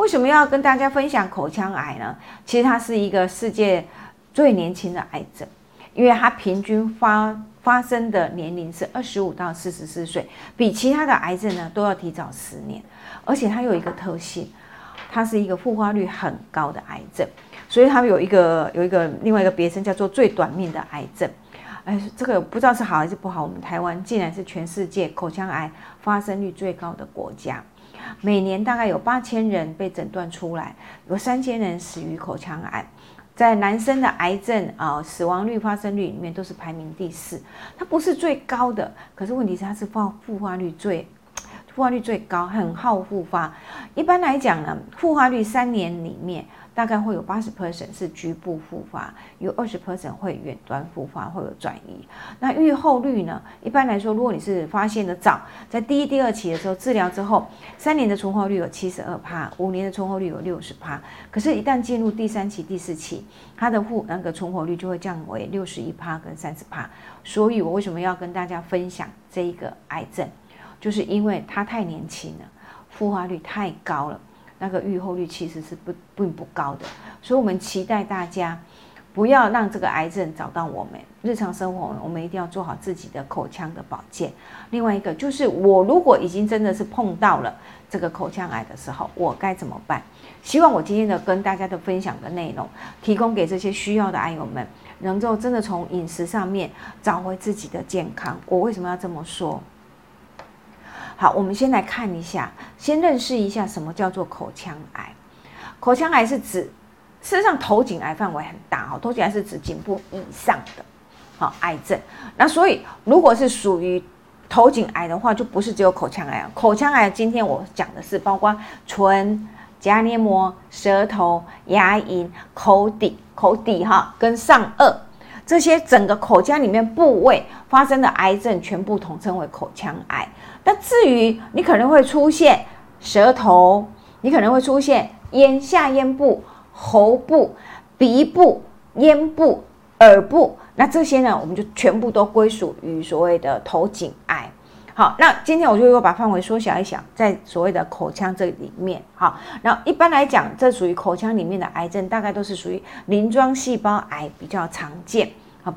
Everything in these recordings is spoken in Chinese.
为什么要跟大家分享口腔癌呢？其实它是一个世界最年轻的癌症，因为它平均发生的年龄是25到44岁，比其他的癌症呢都要提早10年。而且它有一个特性，它是一个复发率很高的癌症，所以它有一个另外一个别称叫做最短命的癌症。这个不知道是好还是不好，我们台湾竟然是全世界口腔癌发生率最高的国家，每年大概有8000人被诊断出来，有3000人死于口腔癌。在男生的癌症死亡率、发生率里面都是排名第4，它不是最高的，可是问题是它是复发率最高，很好复发。一般来讲呢，复发率3年里面大概会有80% 是局部复发，有20% 会远端复发，会有转移。那预后率呢？一般来说，如果你是发现的早，在第1、第2期的时候治疗之后，3年的存活率有72%，5年的存活率有60%。可是，一旦进入第3期、第4期，它的存活率就会降为61%跟30%。所以我为什么要跟大家分享这一个癌症？就是因为它太年轻了，复发率太高了，那个预后率其实是并不高的。所以我们期待大家不要让这个癌症找到我们。日常生活我们一定要做好自己的口腔的保健。另外一个就是我如果已经真的是碰到了这个口腔癌的时候，我该怎么办？希望我今天的跟大家的分享的内容，提供给这些需要的癌友们，能够真的从饮食上面找回自己的健康。我为什么要这么说？好，我们先来看一下，先认识一下什么叫做口腔癌。口腔癌是指，事实上头颈癌范围很大，头颈癌是指颈部以上的癌症。那所以如果是属于头颈癌的话，就不是只有口腔癌。口腔癌今天我讲的是包括唇、颊黏膜、舌头、牙龈、口底跟上颚。这些整个口腔里面部位发生的癌症全部统称为口腔癌。那至于你可能会出现舌头，你可能会出现下咽部、喉部、鼻部、咽部、耳部，那这些呢，我们就全部都归属于所谓的头颈癌。好，那今天我就又把范围缩小一小，在所谓的口腔这里面。好，那一般来讲，这属于口腔里面的癌症，大概都是属于鳞状细胞癌比较常见。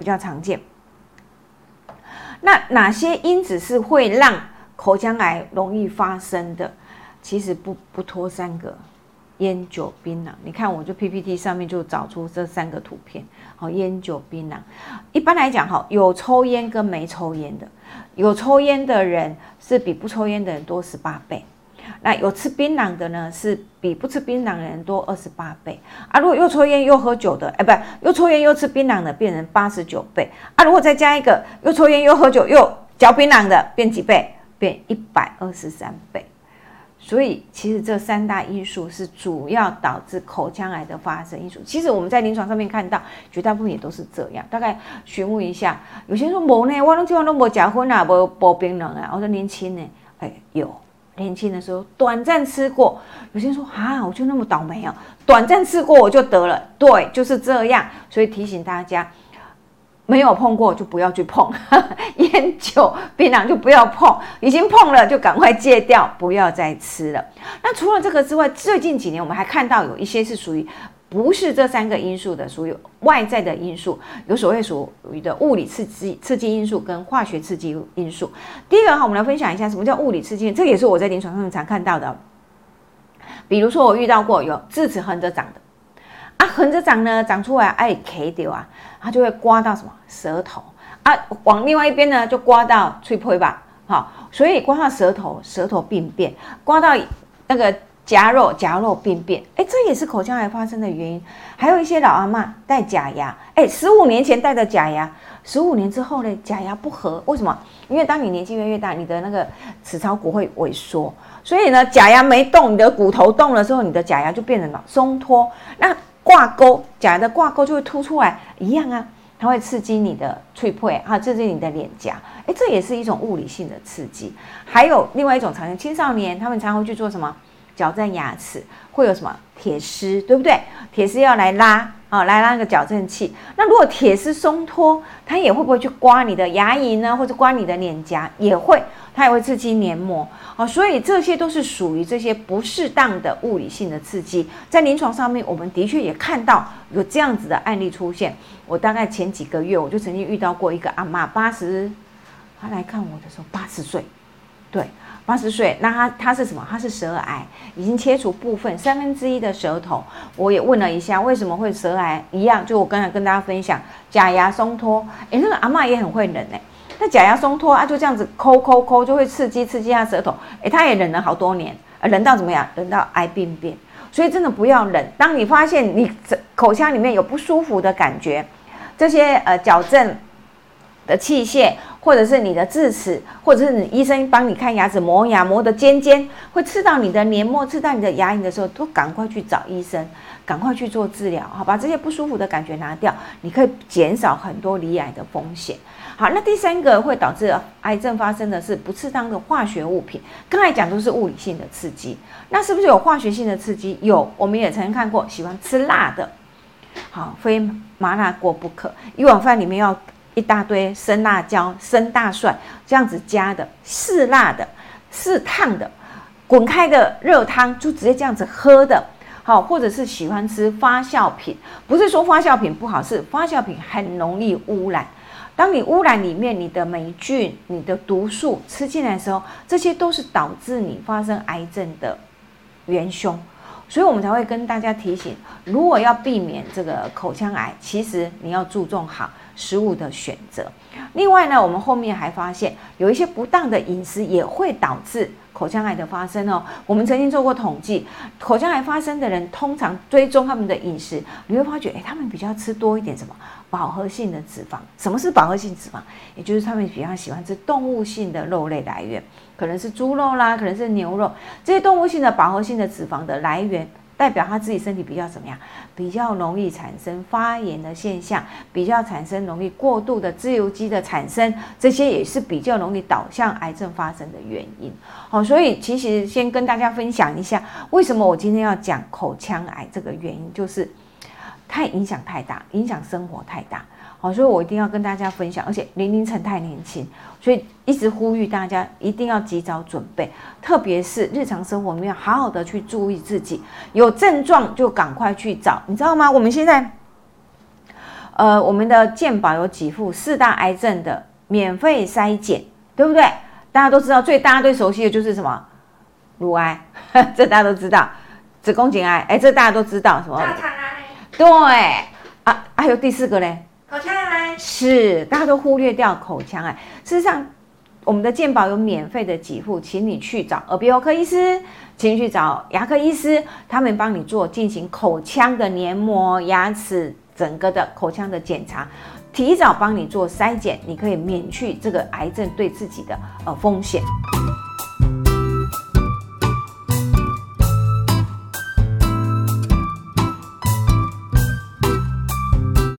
那哪些因子是会让口腔癌容易发生的？其实不脱3个：烟酒槟榔。你看，我就 PPT 上面就找出这3个图片。好，烟酒槟榔。一般来讲，有抽烟跟没抽烟的，有抽烟的人是比不抽烟的人多18倍。那有吃槟榔的呢，是比不吃槟榔的人多28倍啊。如果又抽烟又喝酒的，又抽烟又吃槟榔的，变成89倍啊。如果再加一个又抽烟又喝酒又嚼槟榔的，变几倍？变123倍。所以其实这3大因素是主要导致口腔癌的发生因素。其实我们在临床上面看到，绝大部分也都是这样。大概询问一下，有些人说没呢，我基本上都没吃荤啊，没槟榔啊。我说年轻呢，有。年轻的时候短暂吃过，有些人说我就那么倒霉短暂吃过我就得了。对，就是这样。所以提醒大家，没有碰过就不要去碰烟酒槟榔，就不要碰，已经碰了就赶快戒掉，不要再吃了。那除了这个之外，最近几年我们还看到有一些是属于不是这3个因素的，属于外在的因素，有属于的物理刺激因素跟化学刺激因素。第一个我们来分享一下什么叫物理刺激，这也是我在临床上面常看到的。比如说我遇到过有智齿横着长的横着长呢，长出来卡掉它就会刮到什么舌头往另外一边呢就刮到嘴皮吧。好，所以刮到舌头病变，刮到那个夹肉病变，这也是口腔癌发生的原因。还有一些老阿嬷戴假牙，15年前戴的假牙，15年之后呢，假牙不合，为什么？因为当你年纪越来越大，你的那个齿槽骨会萎缩，所以呢，假牙没动，你的骨头动了之后，你的假牙就变成松脱，那假牙的挂钩就会凸出来，一样啊，它会刺激你的脆皮刺激你的脸颊，这也是一种物理性的刺激。还有另外一种常见，青少年他们常会去做什么？ 矫正牙齿，会有什么铁丝，对不对？铁丝要来拉啊，来拉那个矫正器。那如果铁丝松脱，它也会不会去刮你的牙龈呢，或者刮你的脸颊？也会，它也会刺激黏膜。所以这些都是属于这些不适当的物理性的刺激。在临床上面，我们的确也看到有这样子的案例出现。我大概前几个月，我就曾经遇到过一个阿嬷，80，她来看我的时候80岁，对。80岁，那他是什么？他是舌癌，已经切除部分1/3的舌头。我也问了一下，为什么会舌癌？一样，就我刚才跟大家分享，假牙松脱。那个阿嬷也很会忍那假牙松脱啊，就这样子抠，就会刺激他舌头。他也忍了好多年，忍到怎么样？忍到癌病变。所以真的不要忍。当你发现你口腔里面有不舒服的感觉，这些矫正的器械，或者是你的智齿，或者是你医生帮你看牙齿磨牙磨的尖，会刺到你的黏膜，刺到你的牙龈的时候，都赶快去找医生，赶快去做治疗，好，把这些不舒服的感觉拿掉，你可以减少很多罹癌的风险。好，那第三个会导致癌症发生的是不适当的化学物品。刚才讲都是物理性的刺激，那是不是有化学性的刺激？有，我们也曾经看过，喜欢吃辣的，好，非麻辣锅不可，一碗饭里面要一大堆生辣椒、生大蒜，这样子加的，是辣的、是烫的，滚开的热汤就直接这样子喝的，好，或者是喜欢吃发酵品，不是说发酵品不好，是发酵品很容易污染。当你污染里面你的霉菌、你的毒素吃进来的时候，这些都是导致你发生癌症的元凶。所以我们才会跟大家提醒，如果要避免这个口腔癌，其实你要注重好食物的选择。另外呢，我们后面还发现有一些不当的饮食也会导致口腔癌的发生哦。我们曾经做过统计，口腔癌发生的人通常追踪他们的饮食，你会发觉，他们比较吃多一点什么饱和性的脂肪。什么是饱和性脂肪？也就是他们比较喜欢吃动物性的肉类来源，可能是猪肉啦，可能是牛肉，这些动物性的饱和性的脂肪的来源，代表他自己身体比较怎么样？比较容易产生发炎的现象，比较产生容易过度的自由基的产生，这些也是比较容易导向癌症发生的原因。好，所以其实先跟大家分享一下，为什么我今天要讲口腔癌这个原因，就是太影响太大，影响生活太大。好，所以我一定要跟大家分享，而且年龄层太年轻，所以一直呼吁大家一定要及早准备，特别是日常生活里面好好的去注意自己，有症状就赶快去找，你知道吗？我们现在，我们的健保有给付4大癌症的免费筛检，对不对？大家都知道，大家最熟悉的就是什么？乳癌，这大家都知道；子宫颈癌，这大家都知道什么？ 大肠癌。 对啊，还有第4个嘞。 口腔癌是，大家都忽略掉口腔癌。事实上，我们的健保有免费的给付，请你去找耳鼻喉科医师，请你去找牙科医师，他们帮你进行口腔的黏膜、牙齿整个的口腔的检查，提早帮你做筛检，你可以免去这个癌症对自己的风险。